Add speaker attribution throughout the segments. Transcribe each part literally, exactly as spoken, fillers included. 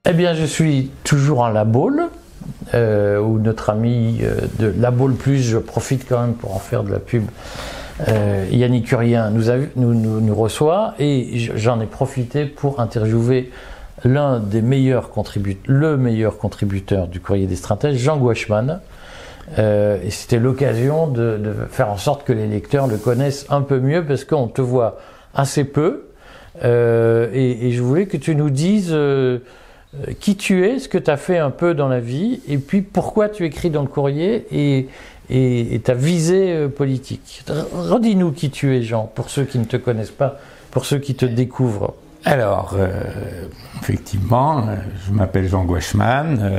Speaker 1: Eh bien, je suis toujours en La Baule, euh, où notre ami euh, de La Baule Plus, je profite quand même pour en faire de la pub, euh, Yannick Curien nous, a, nous, nous, nous reçoit, et j'en ai profité pour interviewer l'un des meilleurs contributeurs, le meilleur contributeur du Courrier des Stratèges, Jean Gouachman. Euh, et c'était l'occasion de, de faire en sorte que les lecteurs le connaissent un peu mieux, parce qu'on te voit assez peu, euh, et, et je voulais que tu nous dises euh, qui tu es, ce que tu as fait un peu dans la vie, et puis pourquoi tu écris dans le Courrier, et, et, et ta visée euh, politique. Redis-nous qui tu es, Jean, pour ceux qui ne te connaissent pas, pour ceux qui te découvrent.
Speaker 2: Alors, euh, effectivement, je m'appelle Jean Gouachman, euh,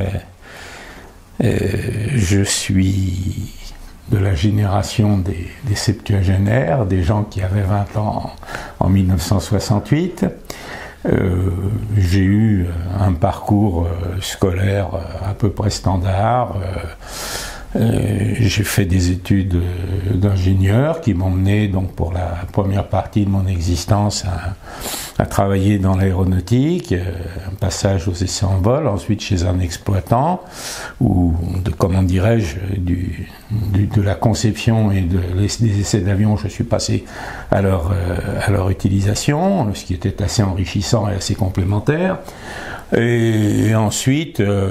Speaker 2: euh, je suis de la génération des, des septuagénaires, des gens qui avaient vingt ans en, en mille neuf cent soixante-huit. Euh, j'ai eu un parcours euh, scolaire à peu près standard. Euh, euh, j'ai fait des études d'ingénieur qui m'ont mené donc pour la première partie de mon existence à, à travailler dans l'aéronautique, euh, un passage aux essais en vol, ensuite chez un exploitant, ou de, comment dirais-je, du, du, de la conception et de, des essais d'avion, je suis passé à leur, euh, à leur utilisation, ce qui était assez enrichissant et assez complémentaire. Et, et ensuite, euh,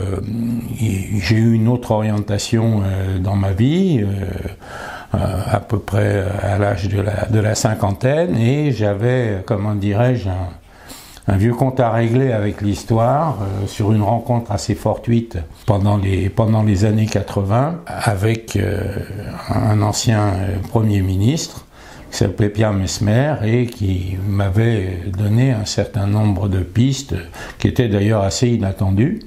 Speaker 2: j'ai eu une autre orientation euh, dans ma vie, euh, euh, à peu près à l'âge de la, de la cinquantaine, et j'avais, comment dirais-je, un, un vieux compte à régler avec l'histoire, euh, sur une rencontre assez fortuite pendant les, pendant les années quatre-vingts, avec euh, un ancien euh, Premier ministre, qui s'appelait Pierre Messmer, et qui m'avait donné un certain nombre de pistes qui étaient d'ailleurs assez inattendues,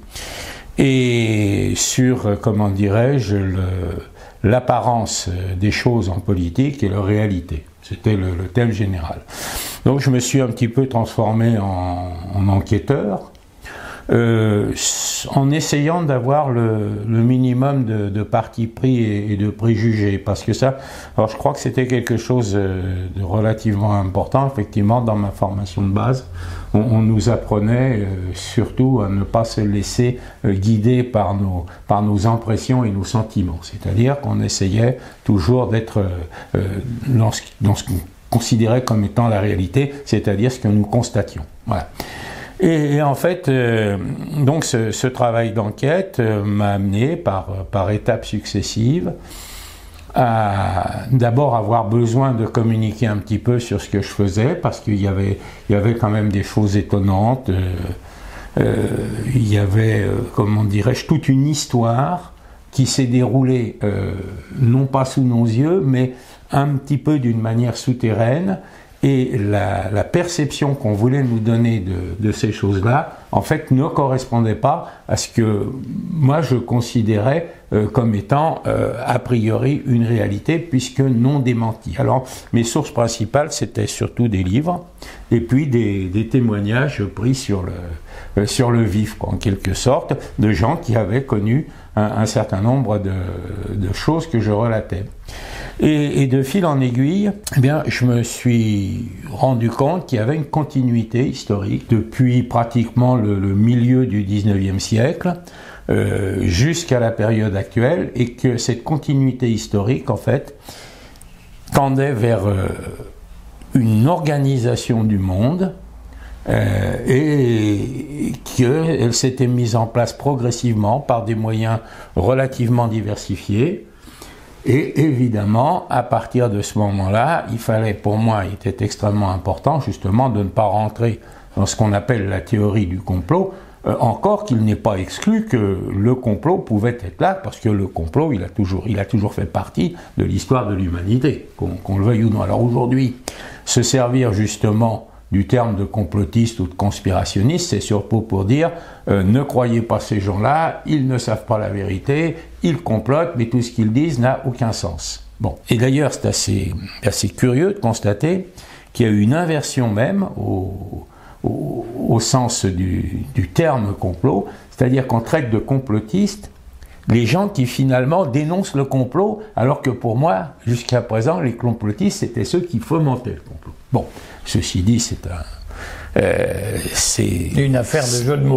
Speaker 2: et sur, comment dirais-je, le, l'apparence des choses en politique et leur réalité. C'était le, le thème général. Donc je me suis un petit peu transformé en, en enquêteur, Euh, en essayant d'avoir le, le minimum de, de parti pris et, et de préjugés, parce que ça, alors je crois que c'était quelque chose de relativement important, effectivement, dans ma formation de base. On, on nous apprenait euh, surtout à ne pas se laisser euh, guider par nos, par nos impressions et nos sentiments, c'est-à-dire qu'on essayait toujours d'être euh, dans ce, dans ce qu'on considérait comme étant la réalité, c'est-à-dire ce que nous constations. Voilà. Et, et en fait, euh, donc ce, ce travail d'enquête euh, m'a amené par, par étapes successives à d'abord avoir besoin de communiquer un petit peu sur ce que je faisais, parce qu'il y avait, il y avait quand même des choses étonnantes. Euh, euh, il y avait, euh, comment dirais-je, toute une histoire qui s'est déroulée euh, non pas sous nos yeux, mais un petit peu d'une manière souterraine. Et la, la perception qu'on voulait nous donner de, de ces choses-là, en fait, ne correspondait pas à ce que moi je considérais euh, comme étant euh, a priori une réalité, puisque non démentie. Alors, mes sources principales, c'était surtout des livres, et puis des, des témoignages pris sur le, euh, sur le vif, quoi, en quelque sorte, de gens qui avaient connu un, un certain nombre de, de choses que je relatais. Et, et de fil en aiguille, eh bien, je me suis rendu compte qu'il y avait une continuité historique depuis pratiquement le, le milieu du dix-neuvième siècle euh, jusqu'à la période actuelle, et que cette continuité historique, en fait, tendait vers euh, une organisation du monde euh, et qu'elle s'était mise en place progressivement par des moyens relativement diversifiés. Et évidemment, à partir de ce moment-là, il fallait, pour moi, il était extrêmement important justement de ne pas rentrer dans ce qu'on appelle la théorie du complot, euh, encore qu'il n'est pas exclu que le complot pouvait être là, parce que le complot, il a toujours, il a toujours fait partie de l'histoire de l'humanité, qu'on, qu'on le veuille ou non. Alors aujourd'hui, se servir justement du terme de complotiste ou de conspirationniste, c'est surtout pour dire euh, ne croyez pas ces gens-là, ils ne savent pas la vérité, ils complotent, mais tout ce qu'ils disent n'a aucun sens. Bon. Et d'ailleurs, c'est assez, assez curieux de constater qu'il y a eu une inversion même au, au, au sens du, du terme complot, c'est-à-dire qu'on traite de complotistes les gens qui finalement dénoncent le complot, alors que pour moi, jusqu'à présent, les complotistes, c'était ceux qui fomentaient le complot. Bon, ceci dit, c'est un... Euh, c'est
Speaker 1: une affaire de jeu de mots.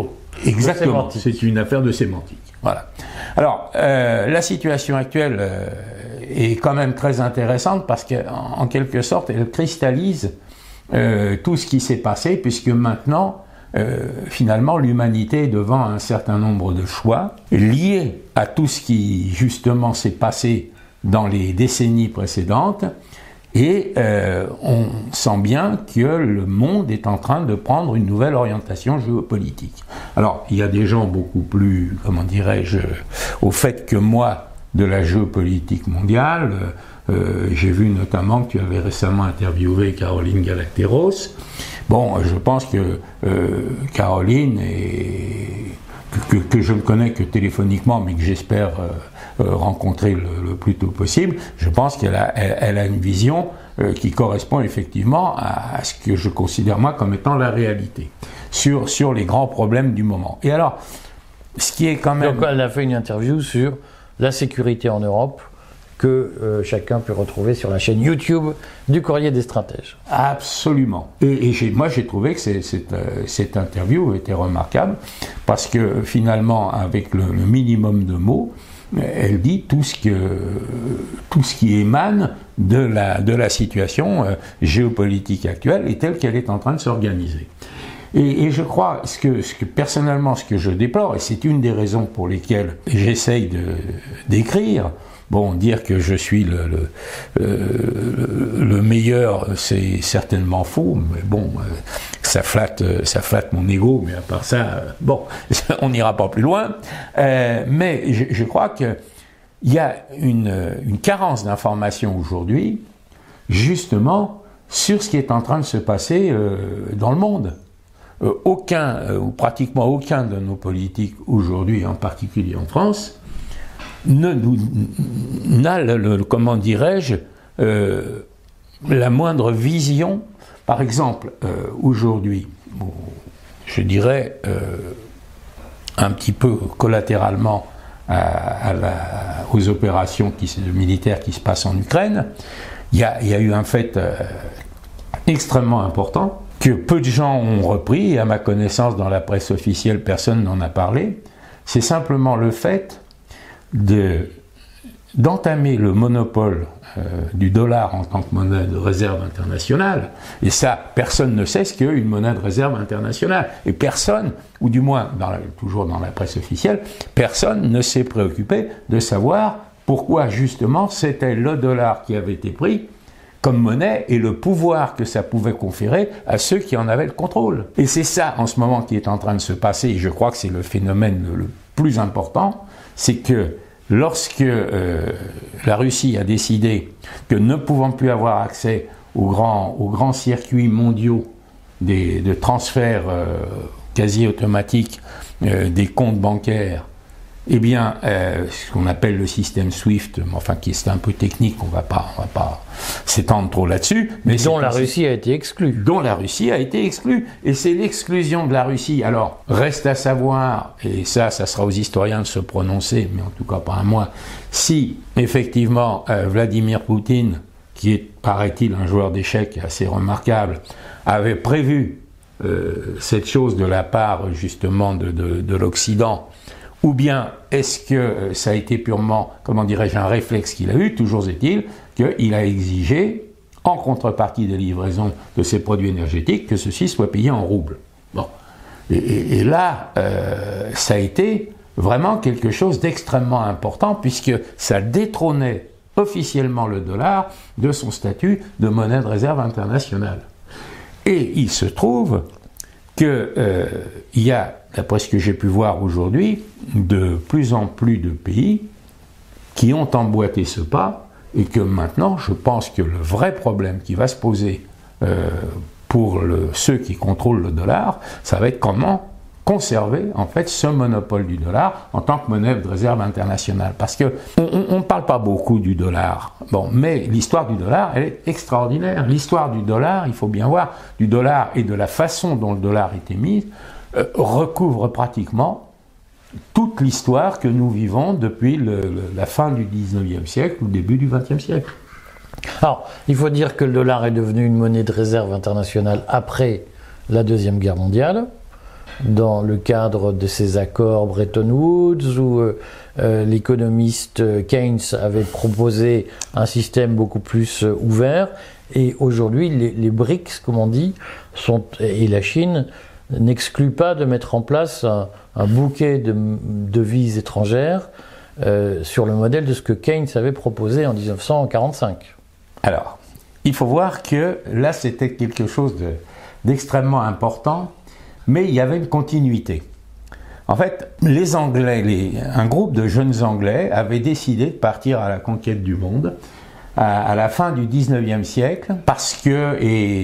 Speaker 2: Exactement, c'est une affaire de sémantique. Voilà. Alors, euh, la situation actuelle euh, est quand même très intéressante parce qu'en en quelque sorte, elle cristallise euh, tout ce qui s'est passé, puisque maintenant, euh, finalement, l'humanité est devant un certain nombre de choix liés à tout ce qui, justement, s'est passé dans les décennies précédentes. Et euh, on sent bien que le monde est en train de prendre une nouvelle orientation géopolitique. Alors, il y a des gens beaucoup plus, comment dirais-je, au fait que moi, de la géopolitique mondiale. Euh, j'ai vu notamment que tu avais récemment interviewé Caroline Galacteros. Bon, je pense que euh, Caroline est... Que, que je ne connais que téléphoniquement, mais que j'espère euh, euh, rencontrer le, le plus tôt possible, je pense qu'elle a, elle, elle a une vision euh, qui correspond effectivement à, à ce que je considère moi comme étant la réalité, sur, sur les grands problèmes du moment. Et alors, ce qui est quand même...
Speaker 1: Donc elle a fait une interview sur la sécurité en Europe, que euh, chacun peut retrouver sur la chaîne YouTube du Courrier des Stratèges.
Speaker 2: Absolument. Et, et j'ai, moi, j'ai trouvé que c'est, c'est, euh, cette interview était remarquable parce que finalement, avec le, le minimum de mots, elle dit tout ce, que, tout ce qui émane de la, de la situation euh, géopolitique actuelle et telle qu'elle est en train de s'organiser. Et, et je crois, ce que, ce que, personnellement, ce que je déplore, et c'est une des raisons pour lesquelles j'essaye de, d'écrire. Bon, dire que je suis le, le, euh, le meilleur, c'est certainement faux, mais bon, euh, ça flatte, ça flatte mon ego, mais à part ça, euh, bon, on n'ira pas plus loin. Euh, mais je, je crois qu'il y a une, une carence d'information aujourd'hui, justement, sur ce qui est en train de se passer euh, dans le monde. Euh, aucun, euh, ou pratiquement aucun de nos politiques aujourd'hui, en particulier en France, ne nous n'a le, le, comment dirais-je euh, la moindre vision. Par exemple, euh, aujourd'hui, bon, je dirais euh, un petit peu collatéralement à, à la, aux opérations qui, militaires qui se passent en Ukraine, il y a, y a eu un fait euh, extrêmement important que peu de gens ont repris, et à ma connaissance dans la presse officielle personne n'en a parlé. C'est simplement le fait De, d'entamer le monopole euh, du dollar en tant que monnaie de réserve internationale. Et ça, personne ne sait ce qu'est une monnaie de réserve internationale. Et personne, ou du moins dans la, toujours dans la presse officielle, personne ne s'est préoccupé de savoir pourquoi justement c'était le dollar qui avait été pris comme monnaie et le pouvoir que ça pouvait conférer à ceux qui en avaient le contrôle. Et c'est ça en ce moment qui est en train de se passer, et je crois que c'est le phénomène le, le plus important, c'est que lorsque euh, la Russie a décidé que ne pouvant plus avoir accès aux grands, aux grands circuits mondiaux des, de transfert euh, quasi automatique euh, des comptes bancaires, eh bien, euh, ce qu'on appelle le système SWIFT, enfin qui est un peu technique, on ne va pas, on va pas s'étendre trop là-dessus, mais
Speaker 1: dont la Russie a été exclue.
Speaker 2: Dont la Russie a été exclue, et c'est l'exclusion de la Russie. Alors, reste à savoir, et ça, ça sera aux historiens de se prononcer, mais en tout cas pas à moi, si effectivement euh, Vladimir Poutine, qui est, paraît-il, un joueur d'échecs assez remarquable, avait prévu euh, cette chose de la part justement de, de, de l'Occident. Ou bien est-ce que ça a été purement, comment dirais-je, un réflexe qu'il a eu? Toujours est-il qu'il a exigé, en contrepartie des livraisons de ces produits énergétiques, que ceci soit payé en roubles. Bon. Et, et, et là, euh, ça a été vraiment quelque chose d'extrêmement important, puisque ça détrônait officiellement le dollar de son statut de monnaie de réserve internationale. Et il se trouve qu'il euh, y a, d'après ce que j'ai pu voir aujourd'hui, de plus en plus de pays qui ont emboîté ce pas, et que maintenant, je pense que le vrai problème qui va se poser euh, pour le, ceux qui contrôlent le dollar, ça va être comment conserver en fait ce monopole du dollar en tant que monnaie de réserve internationale. Parce que on ne parle pas beaucoup du dollar, bon, mais l'histoire du dollar, elle est extraordinaire. L'histoire du dollar, il faut bien voir, du dollar et de la façon dont le dollar est émis, euh, recouvre pratiquement toute l'histoire que nous vivons depuis le, le, la fin du dix-neuvième siècle ou le début du vingtième siècle.
Speaker 1: Alors, il faut dire que le dollar est devenu une monnaie de réserve internationale après la Deuxième Guerre mondiale. dans le cadre de ces accords Bretton Woods, où euh, euh, l'économiste Keynes avait proposé un système beaucoup plus euh, ouvert. Et aujourd'hui, les, les BRICS, comme on dit, sont, et la Chine n'excluent pas de mettre en place un, un bouquet de devises étrangères euh, sur le modèle de ce que Keynes avait proposé en dix-neuf cent quarante-cinq.
Speaker 2: Alors, il faut voir que là, c'était quelque chose de, d'extrêmement important, mais il y avait une continuité. En fait, les Anglais, les, un groupe de jeunes Anglais avait décidé de partir à la conquête du monde à, à la fin du dix-neuvième siècle, parce que,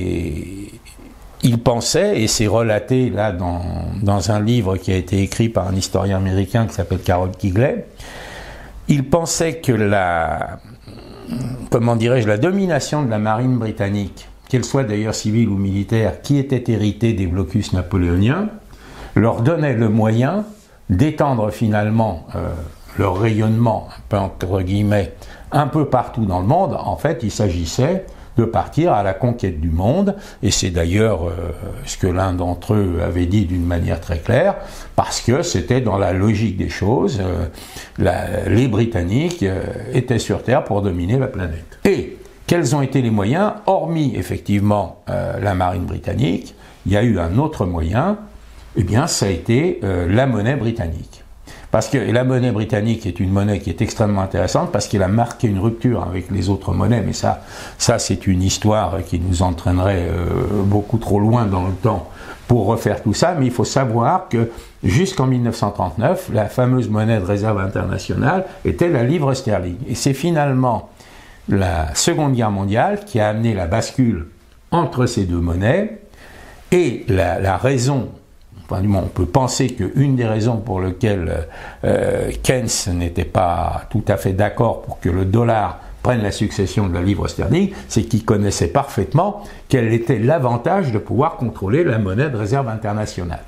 Speaker 2: et ils pensaient, et c'est relaté là dans, dans un livre qui a été écrit par un historien américain qui s'appelle Carroll Quigley, ils pensaient que la, comment dirais-je, la domination de la marine britannique, qu'elle soit d'ailleurs civile ou militaire, qui était héritée des blocus napoléoniens, leur donnait le moyen d'étendre finalement euh, leur rayonnement, un peu entre guillemets, un peu partout dans le monde. En fait, il s'agissait de partir à la conquête du monde, et c'est d'ailleurs euh, ce que l'un d'entre eux avait dit d'une manière très claire, parce que c'était dans la logique des choses, euh, la, les Britanniques euh, étaient sur Terre pour dominer la planète. Et quels ont été les moyens? Hormis effectivement euh, la marine britannique, il y a eu un autre moyen, eh bien ça a été euh, la monnaie britannique. Parce que la monnaie britannique est une monnaie qui est extrêmement intéressante parce qu'elle a marqué une rupture avec les autres monnaies, mais ça, ça c'est une histoire qui nous entraînerait euh, beaucoup trop loin dans le temps pour refaire tout ça, mais il faut savoir que jusqu'en mille neuf cent trente-neuf, la fameuse monnaie de réserve internationale était la livre sterling. Et c'est finalement la Seconde Guerre mondiale qui a amené la bascule entre ces deux monnaies, et la, la raison, enfin, on peut penser qu'une des raisons pour lesquelles euh, Keynes n'était pas tout à fait d'accord pour que le dollar prenne la succession de la livre sterling, c'est qu'il connaissait parfaitement quel était l'avantage de pouvoir contrôler la monnaie de réserve internationale.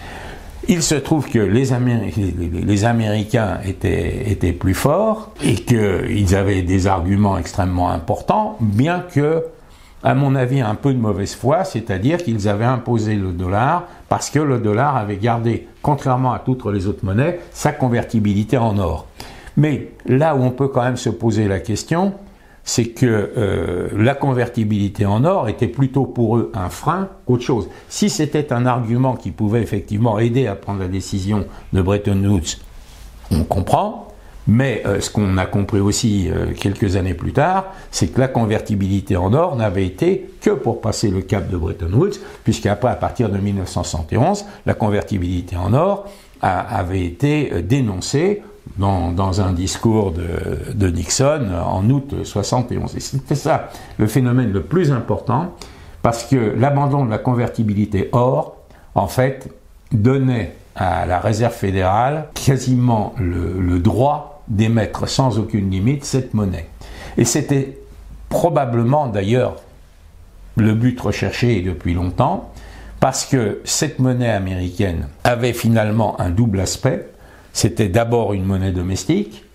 Speaker 2: Il se trouve que les, Améri- les, les Américains étaient, étaient plus forts et qu'ils avaient des arguments extrêmement importants, bien que, à mon avis, un peu de mauvaise foi, c'est-à-dire qu'ils avaient imposé le dollar parce que le dollar avait gardé, contrairement à toutes les autres monnaies, sa convertibilité en or. Mais là où on peut quand même se poser la question, c'est que euh, la convertibilité en or était plutôt pour eux un frein qu'autre chose. Si c'était un argument qui pouvait effectivement aider à prendre la décision de Bretton Woods, on comprend, mais euh, ce qu'on a compris aussi euh, quelques années plus tard, c'est que la convertibilité en or n'avait été que pour passer le cap de Bretton Woods, puisqu'après, à partir de mille neuf cent soixante et onze, la convertibilité en or a, avait été euh, dénoncée Dans, dans un discours de, de Nixon en août soixante et onze. Et c'était ça le phénomène le plus important, parce que l'abandon de la convertibilité or, en fait, donnait à la Réserve fédérale quasiment le, le droit d'émettre sans aucune limite cette monnaie. Et c'était probablement d'ailleurs le but recherché depuis longtemps, parce que cette monnaie américaine avait finalement un double aspect. C'était d'abord une monnaie domestique,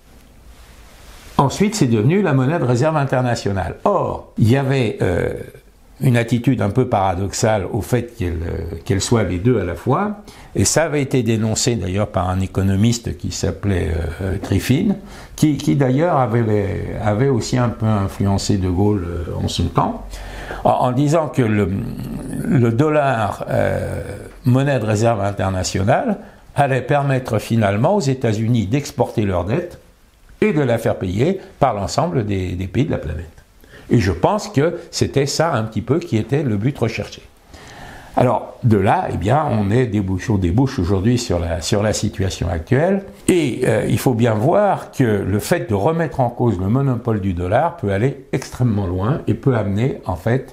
Speaker 2: ensuite c'est devenu la monnaie de réserve internationale. Or, il y avait euh, une attitude un peu paradoxale au fait qu'elle, euh, qu'elle soit les deux à la fois, et ça avait été dénoncé d'ailleurs par un économiste qui s'appelait euh, Triffin, qui, qui d'ailleurs avait, avait aussi un peu influencé De Gaulle euh, en son temps, en, en disant que le, le dollar, euh, monnaie de réserve internationale, allait permettre finalement aux États-Unis d'exporter leur dette et de la faire payer par l'ensemble des, des pays de la planète. Et je pense que c'était ça un petit peu qui était le but recherché. Alors, de là, eh bien, on est débouche, on débouche aujourd'hui sur la, sur la situation actuelle. Et euh, il faut bien voir que le fait de remettre en cause le monopole du dollar peut aller extrêmement loin et peut amener, en fait,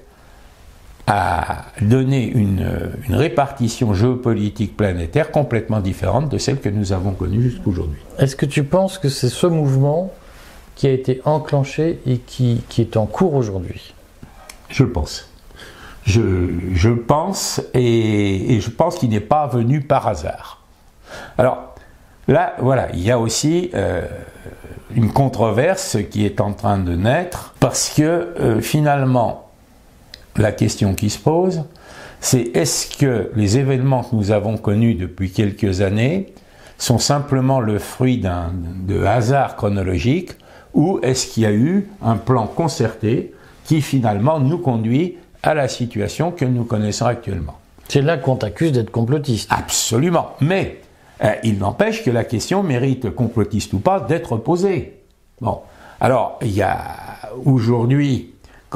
Speaker 2: à donner une, une répartition géopolitique planétaire complètement différente de celle que nous avons connue jusqu'aujourd'hui.
Speaker 1: Est-ce que tu penses que c'est ce mouvement qui a été enclenché et qui, qui est en cours aujourd'hui?
Speaker 2: Je le pense. Je, je pense, et, et je pense qu'il n'est pas venu par hasard. Alors, là, voilà, il y a aussi euh, une controverse qui est en train de naître, parce que euh, finalement, la question qui se pose, c'est est-ce que les événements que nous avons connus depuis quelques années sont simplement le fruit d'un de hasard chronologique, ou est-ce qu'il y a eu un plan concerté qui finalement nous conduit à la situation que nous connaissons actuellement?
Speaker 1: C'est là qu'on t'accuse d'être complotiste.
Speaker 2: Absolument. Mais euh, il n'empêche que la question mérite, complotiste ou pas, d'être posée. Bon. Alors, il y a aujourd'hui,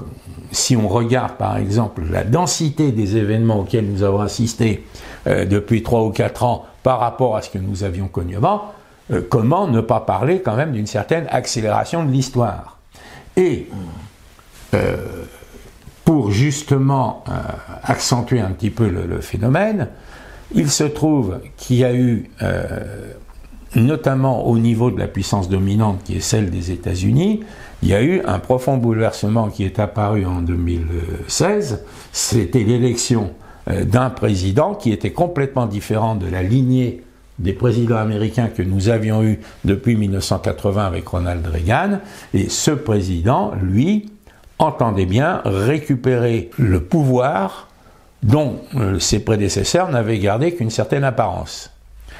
Speaker 2: si on regarde par exemple la densité des événements auxquels nous avons assisté euh, depuis trois ou quatre ans par rapport à ce que nous avions connu avant, euh, comment ne pas parler quand même d'une certaine accélération de l'histoire? Et euh, pour justement euh, accentuer un petit peu le, le phénomène, il se trouve qu'il y a eu, euh, notamment au niveau de la puissance dominante qui est celle des États-Unis, il y a eu un profond bouleversement qui est apparu en deux mille seize, c'était l'élection euh, d'un président qui était complètement différent de la lignée des présidents américains que nous avions eus depuis mille neuf cent quatre-vingts avec Ronald Reagan, et ce président, lui, entendait bien récupérer le pouvoir dont euh, ses prédécesseurs n'avaient gardé qu'une certaine apparence.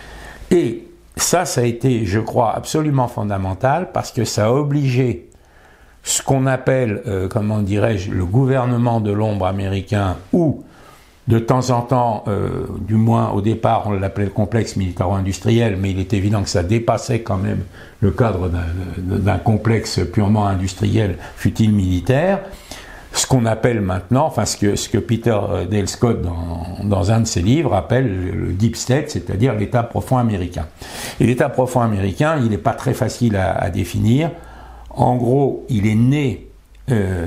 Speaker 2: Et ça, ça a été, je crois, absolument fondamental parce que ça a obligé ce qu'on appelle, euh, comment dirais-je, le gouvernement de l'ombre américain, ou de temps en temps, euh, du moins au départ, on l'appelait le complexe militaro-industriel, mais il est évident que ça dépassait quand même le cadre d'un, d'un complexe purement industriel, fût-il militaire. Ce qu'on appelle maintenant, enfin ce que, ce que Peter Dale Scott, dans, dans un de ses livres, appelle le Deep State, c'est-à-dire l'État profond américain. Et l'État profond américain, il n'est pas très facile à, à définir. En gros, il est né... Euh,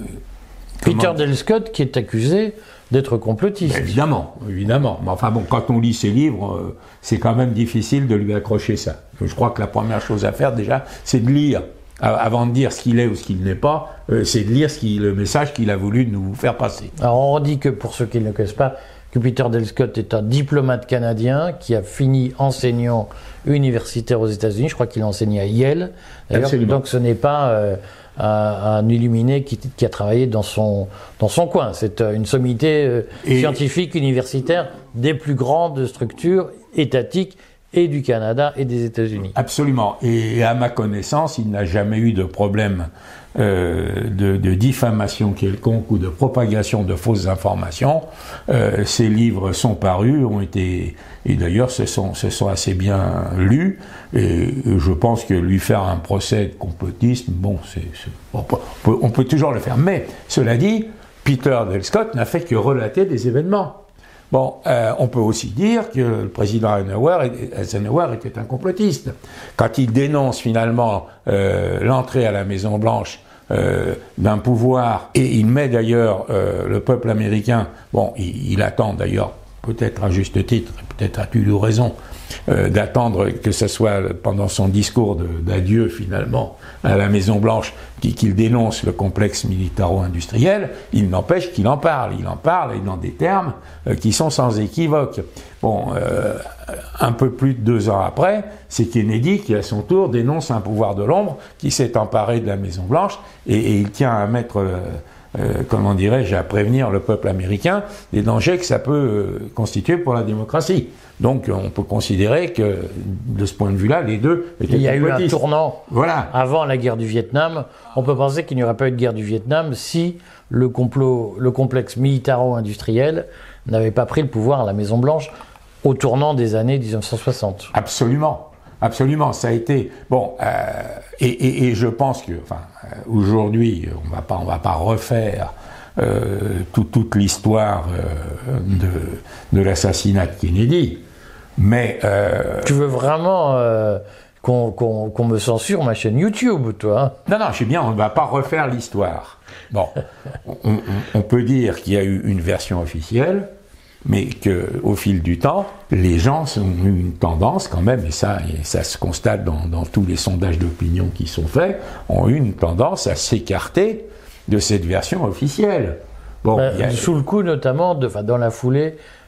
Speaker 1: Peter Dale Scott qui est accusé d'être complotiste.
Speaker 2: Ben évidemment, évidemment. Mais enfin bon, quand on lit ses livres, euh, c'est quand même difficile de lui accrocher ça. Je crois que la première chose à faire déjà, c'est de lire. Avant de dire ce qu'il est ou ce qu'il n'est pas, euh, c'est de lire ce qui, le message qu'il a voulu nous faire passer.
Speaker 1: Alors on dit que, pour ceux qui ne le connaissent pas, que Peter Dale Scott est un diplomate canadien qui a fini enseignant universitaire aux États-Unis. Je crois qu'il a enseigné à Yale. D'ailleurs, donc ce n'est pas euh, un, un illuminé qui, qui a travaillé dans son, dans son coin. C'est euh, une sommité euh, scientifique universitaire des plus grandes structures étatiques et du Canada et des États-Unis.
Speaker 2: Absolument. Et à ma connaissance, il n'a jamais eu de problème euh, de, de diffamation quelconque ou de propagation de fausses informations. Euh, ses livres sont parus, ont été, et d'ailleurs se sont, se sont assez bien lus. Et je pense que lui faire un procès de complotisme, bon, c'est, c'est, on, peut, on peut toujours le faire. Mais cela dit, Peter Dale Scott n'a fait que relater des événements. Bon, euh, on peut aussi dire que le président Eisenhower, Eisenhower était un complotiste. Quand il dénonce finalement euh, l'entrée à la Maison-Blanche euh, d'un pouvoir, et il met d'ailleurs euh, le peuple américain, bon, il, il attend d'ailleurs, peut-être à juste titre, peut-être a-t-il eu raison, euh, d'attendre que ce soit pendant son discours de, d'adieu finalement à la Maison-Blanche qu'il dénonce le complexe militaro-industriel, il n'empêche qu'il en parle. Il en parle et dans des termes euh, qui sont sans équivoque. Bon, euh, un peu plus de deux ans après, c'est Kennedy qui à son tour dénonce un pouvoir de l'ombre qui s'est emparé de la Maison-Blanche et, et il tient à mettre... Euh, Euh, comment dirais-je, à prévenir le peuple américain des dangers que ça peut euh, constituer pour la démocratie. Donc on peut considérer que, de ce point de vue-là, les deux étaient
Speaker 1: Il y a eu un tournant.
Speaker 2: Voilà.
Speaker 1: Avant la guerre du Vietnam. On peut penser qu'il n'y aurait pas eu de guerre du Vietnam si le complot, le complexe militaro-industriel n'avait pas pris le pouvoir à la Maison-Blanche au tournant des années dix-neuf cent soixante.
Speaker 2: Absolument. Absolument, ça a été bon, euh, et, et, et je pense que, enfin, aujourd'hui, on va pas, on va pas refaire euh, tout, toute l'histoire euh, de, de l'assassinat de Kennedy, mais euh,
Speaker 1: tu veux vraiment euh, qu'on, qu'on, qu'on me censure ma chaîne YouTube, toi hein?
Speaker 2: Non, non, je sais bien, on ne va pas refaire l'histoire. Bon, on, on, on peut dire qu'il y a eu une version officielle. Mais qu'au fil du temps, les gens ont eu une tendance quand même, et ça, et ça se constate dans, dans tous les sondages d'opinion qui sont faits, ont eu une tendance à s'écarter de cette version officielle.
Speaker 1: Bon, ben, a... Sous le coup notamment, de, enfin, dans la foulée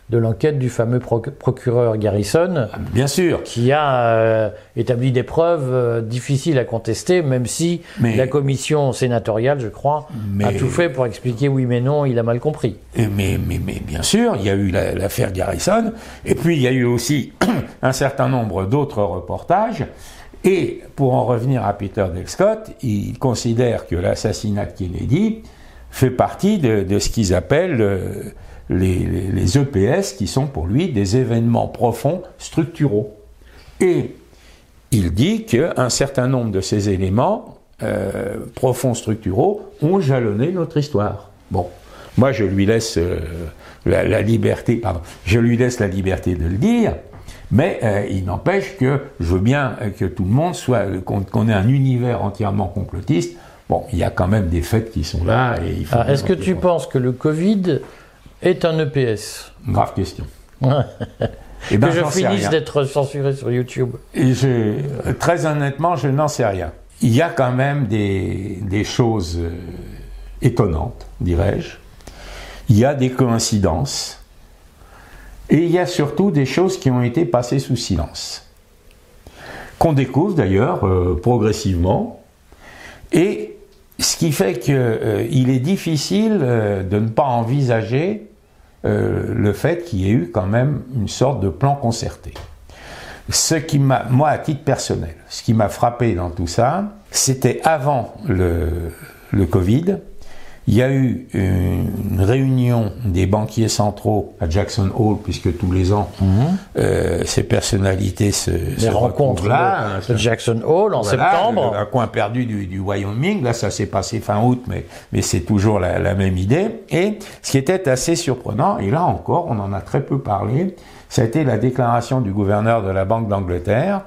Speaker 1: de l'enquête du fameux proc- procureur Garrison.
Speaker 2: Bien sûr.
Speaker 1: Qui a euh, établi des preuves euh, difficiles à contester, même si mais, la commission sénatoriale, je crois, mais, a tout fait pour expliquer oui mais non, il a mal compris.
Speaker 2: Mais, mais, mais bien sûr, il y a eu la, l'affaire Garrison, et puis il y a eu aussi un certain nombre d'autres reportages. Et pour en revenir à Peter Dale Scott, il considère que l'assassinat de Kennedy fait partie de, de ce qu'ils appellent euh, les, les, les E P S, qui sont pour lui des événements profonds structuraux. Et il dit qu'un certain nombre de ces éléments euh, profonds structuraux ont jalonné notre histoire. Bon, moi je lui laisse euh, la, la liberté, pardon, je lui laisse la liberté de le dire. Mais euh, il n'empêche que je veux bien que tout le monde soit, qu'on, qu'on ait un univers entièrement complotiste. Bon, il y a quand même des faits qui sont là. Et il faut
Speaker 1: ah, est-ce que tu voir. penses que le Covid est un E P S ?
Speaker 2: Grave question.
Speaker 1: Et ben, que je finisse d'être censuré sur YouTube.
Speaker 2: Et je, très honnêtement, je n'en sais rien. Il y a quand même des, des choses euh, étonnantes, dirais-je. Il y a des coïncidences. Et il y a surtout des choses qui ont été passées sous silence, qu'on découvre d'ailleurs euh, progressivement, et ce qui fait qu'il euh, est difficile euh, de ne pas envisager euh, le fait qu'il y ait eu quand même une sorte de plan concerté. Ce qui m'a, moi à titre personnel, ce qui m'a frappé dans tout ça, c'était avant le, le Covid. Il y a eu une réunion des banquiers centraux à Jackson Hole, puisque tous les ans, mmh. euh, ces personnalités se,
Speaker 1: se rencontrent là, de, de Jackson Hole en voilà, septembre.
Speaker 2: Un coin perdu du, du Wyoming. Là, ça s'est passé fin août, mais, mais c'est toujours la, la même idée. Et ce qui était assez surprenant, et là encore, on en a très peu parlé, ça a été la déclaration du gouverneur de la Banque d'Angleterre,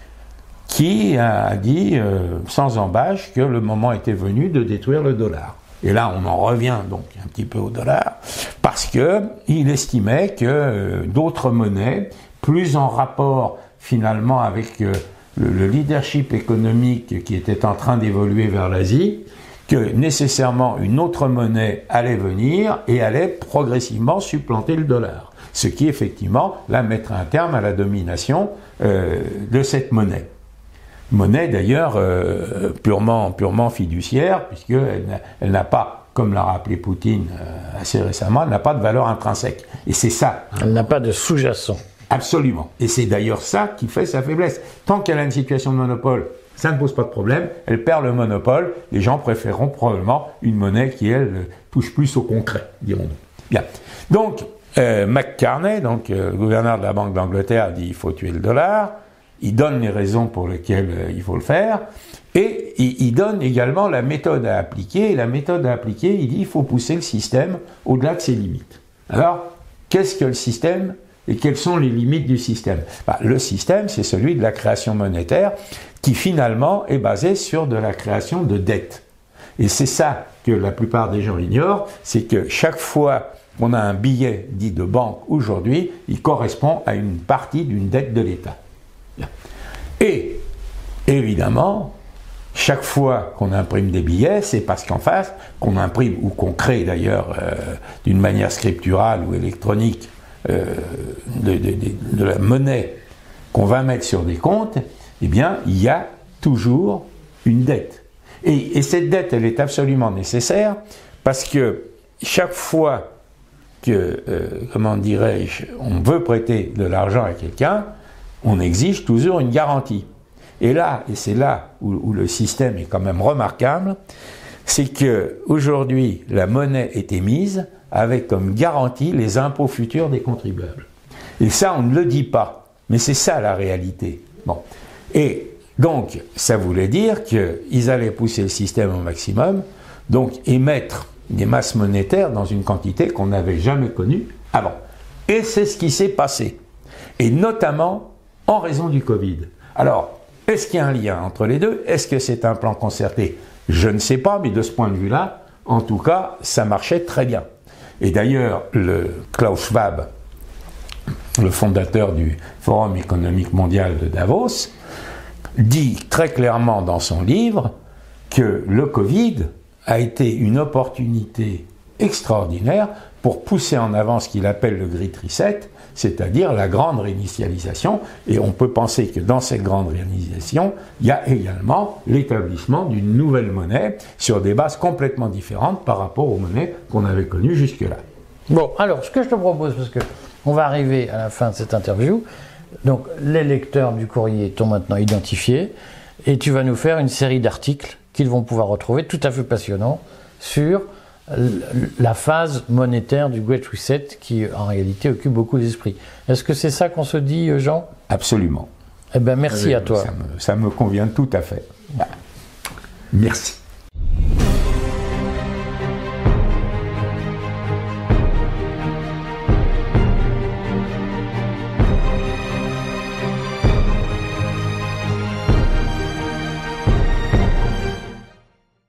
Speaker 2: qui a dit, euh, sans embâche, que le moment était venu de détruire le dollar. Et là, on en revient donc un petit peu au dollar, parce que il estimait que euh, d'autres monnaies, plus en rapport finalement avec euh, le, le leadership économique qui était en train d'évoluer vers l'Asie, que nécessairement une autre monnaie allait venir et allait progressivement supplanter le dollar. Ce qui effectivement, là, mettrait un terme à la domination euh, de cette monnaie. Monnaie d'ailleurs euh, purement, purement fiduciaire, puisqu'elle n'a, elle n'a pas, comme l'a rappelé Poutine euh, assez récemment, elle n'a pas de valeur intrinsèque. Et c'est ça. Hein.
Speaker 1: Elle n'a pas de sous-jacent.
Speaker 2: Absolument. Et c'est d'ailleurs ça qui fait sa faiblesse. Tant qu'elle a une situation de monopole, ça ne pose pas de problème. Elle perd le monopole. Les gens préféreront probablement une monnaie qui, elle, touche plus au concret, dirons-nous. Bien. Donc, euh, McCartney, donc euh, le gouverneur de la Banque d'Angleterre, dit il faut tuer le dollar. Il donne les raisons pour lesquelles euh, il faut le faire, et il, il donne également la méthode à appliquer, et la méthode à appliquer, il dit il faut pousser le système au-delà de ses limites. Alors, qu'est-ce que le système, et quelles sont les limites du système ? Bah, le système, c'est celui de la création monétaire, qui finalement est basé sur de la création de dettes. Et c'est ça que la plupart des gens ignorent, c'est que chaque fois qu'on a un billet dit de banque aujourd'hui, il correspond à une partie d'une dette de l'État. Et, évidemment, chaque fois qu'on imprime des billets, c'est parce qu'en face, qu'on imprime, ou qu'on crée d'ailleurs euh, d'une manière scripturale ou électronique, euh, de, de, de, de la monnaie qu'on va mettre sur des comptes, eh bien, il y a toujours une dette. Et, et cette dette, elle est absolument nécessaire, parce que chaque fois que, euh, comment dirais-je, on veut prêter de l'argent à quelqu'un, on exige toujours une garantie. Et là, et c'est là où, où le système est quand même remarquable, c'est que aujourd'hui la monnaie est émise avec comme garantie les impôts futurs des contribuables. Et ça, on ne le dit pas, mais c'est ça la réalité. Bon. Et donc, ça voulait dire qu'ils allaient pousser le système au maximum, donc émettre des masses monétaires dans une quantité qu'on n'avait jamais connue avant. Et c'est ce qui s'est passé. Et notamment en raison du Covid. Alors, est-ce qu'il y a un lien entre les deux ? Est-ce que c'est un plan concerté ? Je ne sais pas, mais de ce point de vue-là, en tout cas, ça marchait très bien. Et d'ailleurs, le Klaus Schwab, le fondateur du Forum économique mondial de Davos, dit très clairement dans son livre que le Covid a été une opportunité extraordinaire pour pousser en avant ce qu'il appelle le Great Reset, c'est-à-dire la grande réinitialisation. Et on peut penser que dans cette grande réinitialisation, il y a également l'établissement d'une nouvelle monnaie sur des bases complètement différentes par rapport aux monnaies qu'on avait connues jusque-là.
Speaker 1: Bon, alors, ce que je te propose, parce que on va arriver à la fin de cette interview, donc les lecteurs du courrier t'ont maintenant identifié, et tu vas nous faire une série d'articles qu'ils vont pouvoir retrouver, tout à fait passionnants, sur la phase monétaire du Great Reset qui, en réalité, occupe beaucoup l'esprit. Est-ce que c'est ça qu'on se dit, Jean ?
Speaker 2: Absolument.
Speaker 1: Eh bien, merci
Speaker 2: Euh,
Speaker 1: à toi.
Speaker 2: Ça me, ça me convient tout à fait. Merci.